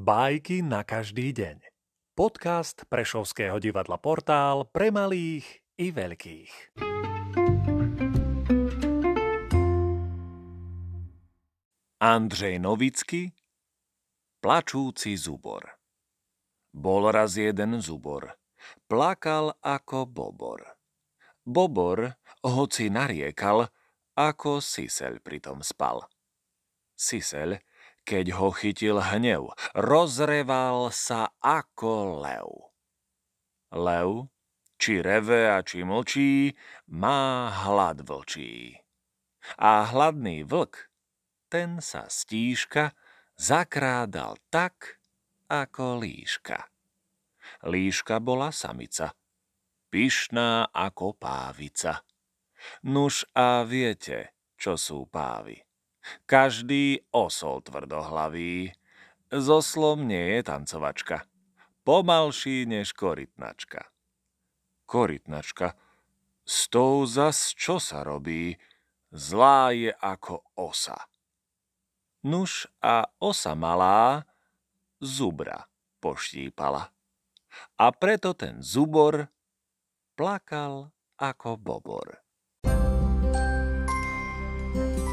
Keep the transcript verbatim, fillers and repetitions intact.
Bajky na každý deň. Podcast Prešovského divadla Portál pre malých i veľkých. Andrej Novický, Plačúci zubor. Bol raz jeden zubor, plakal ako bobor. Bobor, hoci nariekal, ako siseľ pritom spal. Siseľ, keď ho chytil hnev, rozreval sa ako lev. Lev, či reve a či mlčí, má hlad vlčí. A hladný vlk, ten sa stíška zakrádal tak, ako líška. Líška bola samica, pyšná ako pávica. Nuž a viete, čo sú pávy. Každý osol tvrdohlavý, s oslom nie je tancovačka, pomalší než korytnačka. Korytnačka, s tou zas čo sa robí, zlá je ako osa. Nuž a osa malá zubra poštípala. A preto ten zubor plakal ako bobor.